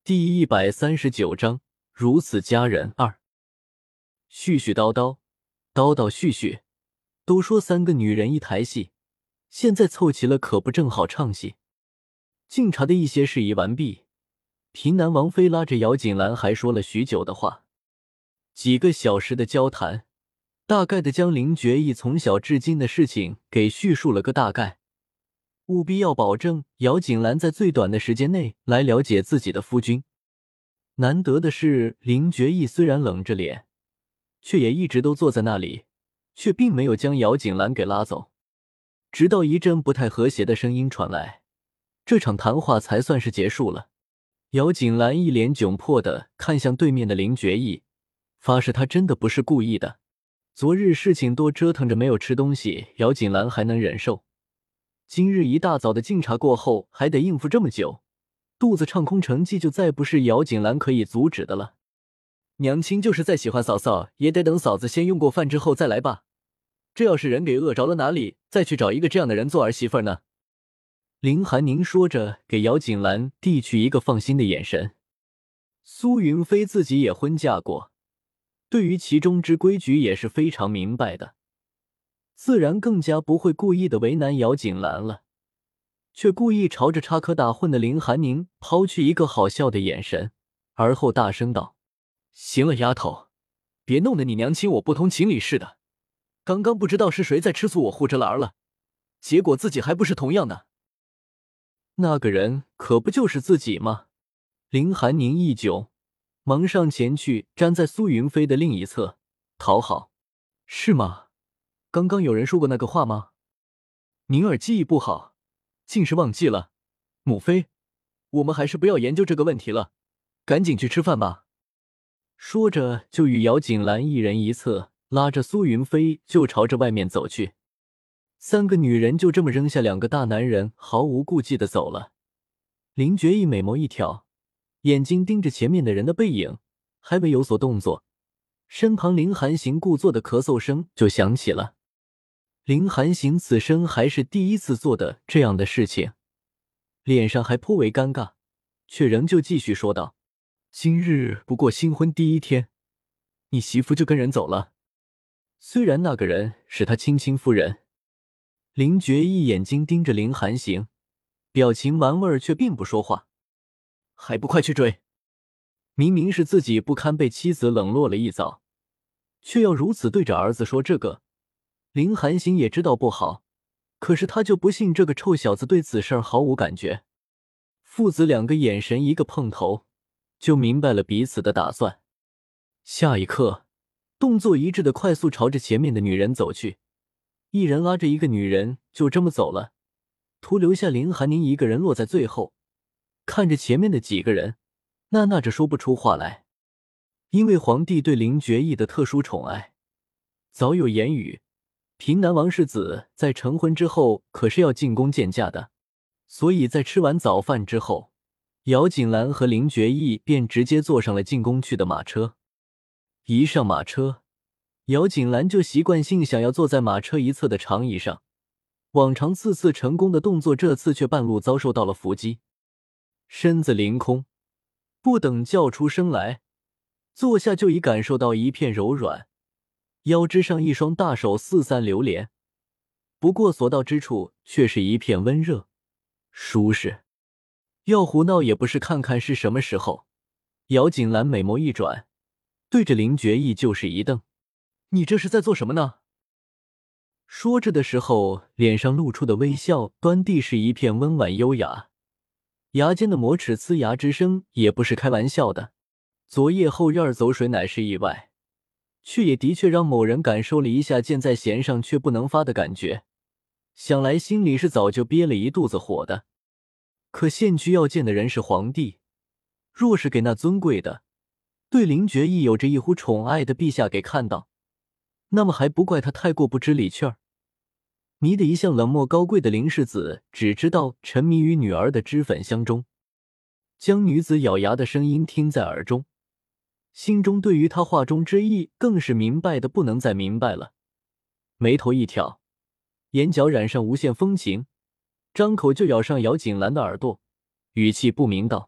第139章如此佳人二。絮絮叨叨，叨叨絮絮，都说三个女人一台戏，现在凑齐了可不正好唱戏。敬茶的一些事宜完毕，平南王妃拉着姚锦兰还说了许久的话，几个小时的交谈，大概的将林觉义从小至今的事情给叙述了个大概，务必要保证姚锦兰在最短的时间内来了解自己的夫君。难得的是，林觉义虽然冷着脸，却也一直都坐在那里，却并没有将姚锦兰给拉走。直到一阵不太和谐的声音传来，这场谈话才算是结束了。姚锦兰一脸窘迫地看向对面的林觉义，发誓他真的不是故意的。昨日事情多折腾着没有吃东西，姚锦兰还能忍受，今日一大早的敬茶过后还得应付这么久，肚子畅空成疾就再不是姚锦兰可以阻止的了。娘亲就是再喜欢嫂嫂，也得等嫂子先用过饭之后再来吧。这要是人给饿着了，哪里再去找一个这样的人做儿媳妇呢？林寒宁说着，给姚锦兰递去一个放心的眼神。苏云飞自己也婚嫁过，对于其中之规矩也是非常明白的，自然更加不会故意的为难姚锦兰了，却故意朝着插科打诨的林寒宁抛去一个好笑的眼神，而后大声道：行了丫头，别弄得你娘亲我不通情理似的，刚刚不知道是谁在吃醋我护着兰儿了，结果自己还不是同样的。那个人可不就是自己吗？林寒宁一窘，忙上前去站在苏云飞的另一侧讨好。是吗？刚刚有人说过那个话吗？宁儿记忆不好，竟是忘记了。母妃，我们还是不要研究这个问题了，赶紧去吃饭吧。说着就与姚锦兰一人一侧，拉着苏云飞就朝着外面走去。三个女人就这么扔下两个大男人，毫无顾忌地走了。林觉义美眸一挑，眼睛盯着前面的人的背影，还未有所动作，身旁林寒行故作的咳嗽声就响起了。林寒行此生还是第一次做的这样的事情，脸上还颇为尴尬，却仍旧继续说道：今日不过新婚第一天，你媳妇就跟人走了。虽然那个人是他亲亲夫人。林觉义眼睛盯着林寒行，表情玩味却并不说话。还不快去追！明明是自己不堪被妻子冷落了一遭，却要如此对着儿子说这个。林寒行也知道不好，可是他就不信这个臭小子对此事毫无感觉。父子两个眼神一个碰头，就明白了彼此的打算。下一刻，动作一致的快速朝着前面的女人走去，一人拉着一个女人就这么走了，徒留下林寒宁一个人落在最后，看着前面的几个人，呐呐着说不出话来。因为皇帝对林觉义的特殊宠爱，早有言语，平南王世子在成婚之后可是要进宫见驾的，所以在吃完早饭之后，姚锦兰和林觉义便直接坐上了进宫去的马车。一上马车，姚锦兰就习惯性想要坐在马车一侧的长椅上，往常次次成功的动作，这次却半路遭受到了伏击，身子凌空，不等叫出声来，坐下就已感受到一片柔软，腰肢上一双大手四散流连，不过所到之处却是一片温热舒适。要胡闹也不是看看是什么时候。姚锦兰美眸一转，对着林觉义就是一瞪：你这是在做什么呢？说着的时候，脸上露出的微笑端地是一片温婉优雅，牙间的磨齿呲牙之声也不是开玩笑的。昨夜后院走水乃是意外，却也的确让某人感受了一下箭在弦上却不能发的感觉，想来心里是早就憋了一肚子火的。可现居要见的人是皇帝，若是给那尊贵的对林觉义有着一呼宠爱的陛下给看到，那么还不怪他太过不知理趣儿。迷得一向冷漠高贵的林世子只知道沉迷于女儿的脂粉香中，将女子咬牙的声音听在耳中，心中对于他话中之意更是明白的不能再明白了。眉头一挑，眼角染上无限风情，张口就咬上姚锦兰的耳朵，语气不明道：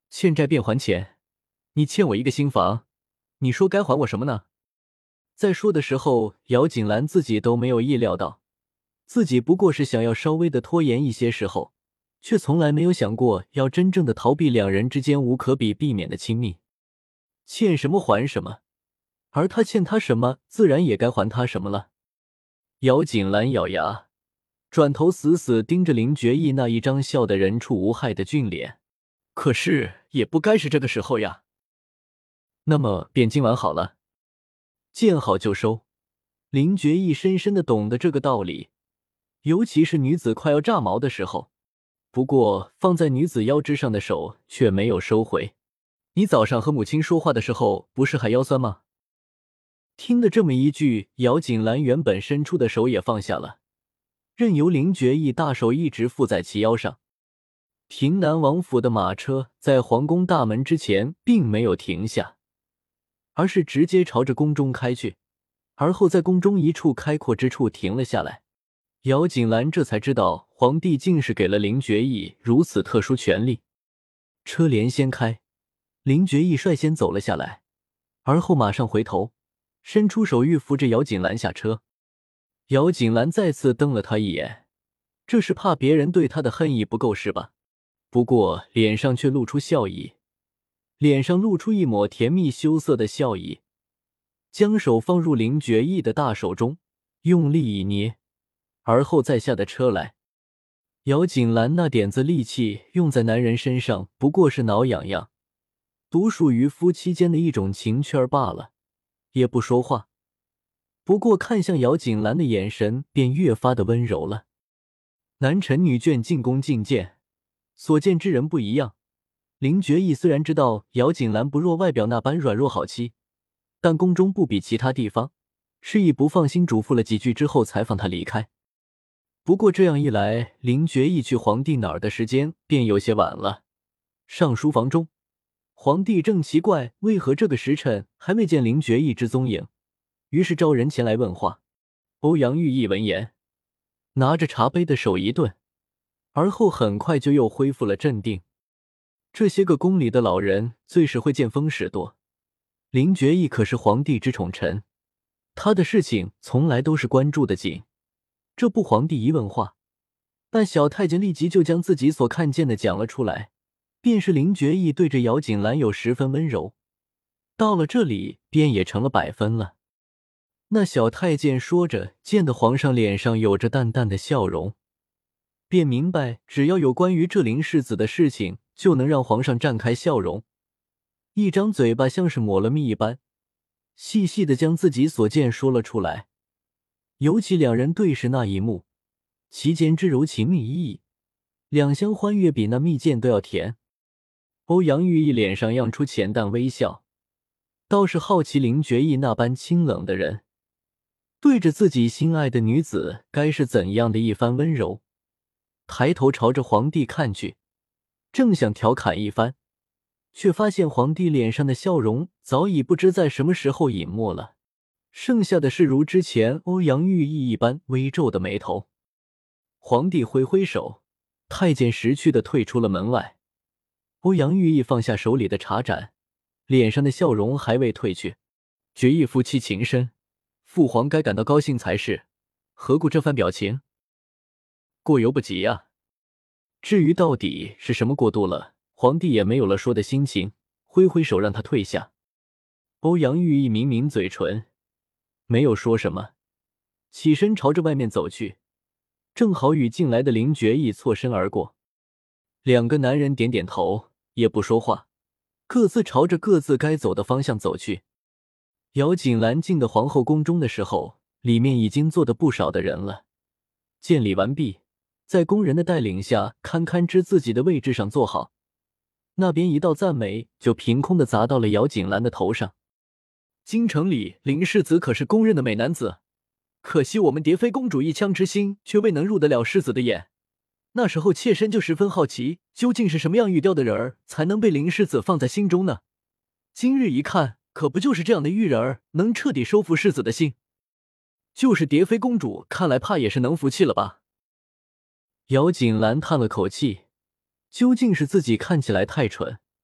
欠债便还钱，你欠我一个新房，你说该还我什么呢？在说的时候，姚锦兰自己都没有意料到，自己不过是想要稍微的拖延一些时候，却从来没有想过要真正的逃避两人之间无可避免的亲密。欠什么还什么，而他欠他什么，自然也该还他什么了。姚锦兰咬牙，转头死死盯着林觉义那一张笑得人畜无害的俊脸。可是也不该是这个时候呀。那么便今晚好了，见好就收。林觉义深深地懂得这个道理，尤其是女子快要炸毛的时候。不过放在女子腰肢上的手却没有收回。你早上和母亲说话的时候不是还腰酸吗？听得这么一句，姚锦兰原本伸出的手也放下了，任由林觉义大手一直附在其腰上。平南王府的马车在皇宫大门之前并没有停下，而是直接朝着宫中开去，而后在宫中一处开阔之处停了下来。姚锦兰这才知道皇帝竟是给了林觉义如此特殊权力。车帘掀开，林觉义率先走了下来，而后马上回头，伸出手欲扶着姚锦兰下车。姚锦兰再次瞪了他一眼，这是怕别人对他的恨意不够是吧？不过脸上却露出笑意，脸上露出一抹甜蜜羞涩的笑意，将手放入林觉义的大手中，用力一捏，而后再下的车来。姚锦兰那点子力气用在男人身上不过是挠痒痒，独属于夫妻间的一种情趣儿罢了，也不说话，不过看向姚锦兰的眼神便越发的温柔了。男臣女眷进宫觐见，所见之人不一样。林觉义虽然知道姚锦兰不若外表那般软弱好欺，但宫中不比其他地方，是以不放心嘱咐了几句之后才放他离开。不过这样一来，林觉义去皇帝那儿的时间便有些晚了。上书房中，皇帝正奇怪为何这个时辰还未见林觉义之踪影，于是召人前来问话。欧阳玉意闻言，拿着茶杯的手一顿，而后很快就又恢复了镇定。这些个宫里的老人最是会见风使舵，林觉义可是皇帝之宠臣，他的事情从来都是关注的紧。这不，皇帝一问话，但小太监立即就将自己所看见的讲了出来，便是林觉义对着姚锦兰有10分温柔，到了这里便也成了100分了。那小太监说着，见得皇上脸上有着淡淡的笑容，便明白只要有关于这林世子的事情，就能让皇上绽开笑容，一张嘴巴像是抹了蜜一般，细细的将自己所见说了出来。尤其两人对视那一幕，其间之柔情蜜意，两相欢悦比那蜜饯都要甜。欧阳玉意脸上漾出浅淡微笑，倒是好奇林觉义那般清冷的人，对着自己心爱的女子该是怎样的一番温柔。抬头朝着皇帝看去，正想调侃一番，却发现皇帝脸上的笑容早已不知在什么时候隐没了，剩下的是如之前欧阳玉意一般微皱的眉头。皇帝挥挥手，太监识趣地退出了门外。欧阳玉意放下手里的茶盏，脸上的笑容还未褪去。觉义夫妻情深，父皇该感到高兴才是，何故这番表情？过犹不及啊。至于到底是什么过度了，皇帝也没有了说的心情，挥挥手让他退下。欧阳玉意抿抿嘴唇，没有说什么，起身朝着外面走去，正好与进来的林觉义错身而过。两个男人点点头，也不说话，各自朝着各自该走的方向走去。姚锦兰进的皇后宫中的时候，里面已经坐的不少的人了。见礼完毕，在宫人的带领下，堪堪知自己的位置上坐好。那边一道赞美就凭空的砸到了姚锦兰的头上。京城里林世子可是公认的美男子，可惜我们蝶妃公主一腔之心却未能入得了世子的眼。那时候妾身就十分好奇，究竟是什么样玉雕的人儿才能被林世子放在心中呢？今日一看，可不就是这样的玉人儿能彻底收服世子的心。就是蝶妃公主看来怕也是能服气了吧。姚锦兰叹了口气，究竟是自己看起来太蠢，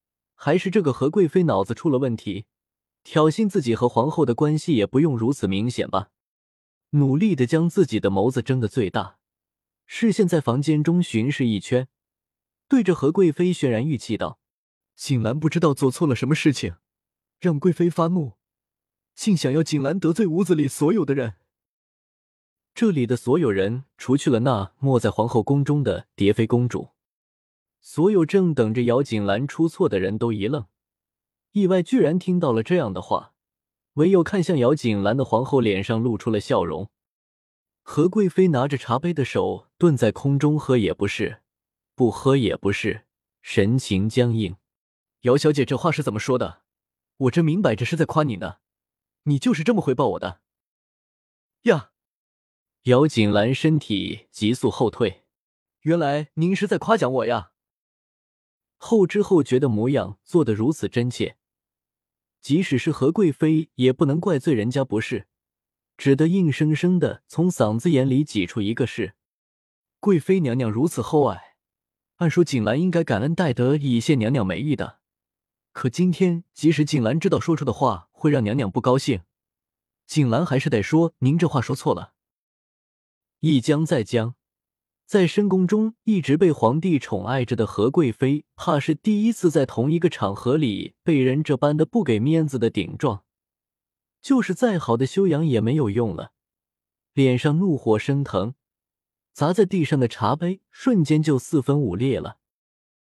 还是这个何贵妃脑子出了问题？挑衅自己和皇后的关系也不用如此明显吧？努力的将自己的眸子睁得最大，视线在房间中巡视一圈，对着何贵妃渲然欲泣道：“景兰不知道做错了什么事情，让贵妃发怒，竟想要景兰得罪屋子里所有的人。”这里的所有人，除去了那没在皇后宫中的蝶妃公主，所有正等着姚景兰出错的人都一愣，意外居然听到了这样的话，唯有看向姚景兰的皇后脸上露出了笑容。何贵妃拿着茶杯的手顿在空中，喝也不是，不喝也不是，神情僵硬。姚小姐这话是怎么说的？我这明摆着是在夸你呢，你就是这么回报我的？呀！姚景兰身体急速后退，原来您是在夸奖我呀。后知后觉的模样做得如此真切，即使是何贵妃也不能怪罪人家不是，只得硬生生的从嗓子眼里挤出一个是。贵妃娘娘如此厚爱，按说景兰应该感恩戴德以谢娘娘美意的，可今天即使景兰知道说出的话会让娘娘不高兴，景兰还是得说您这话说错了。一将再将，在深宫中一直被皇帝宠爱着的何贵妃，怕是第一次在同一个场合里被人这般的不给面子的顶撞，就是再好的修养也没有用了，脸上怒火升腾，砸在地上的茶杯瞬间就四分五裂了。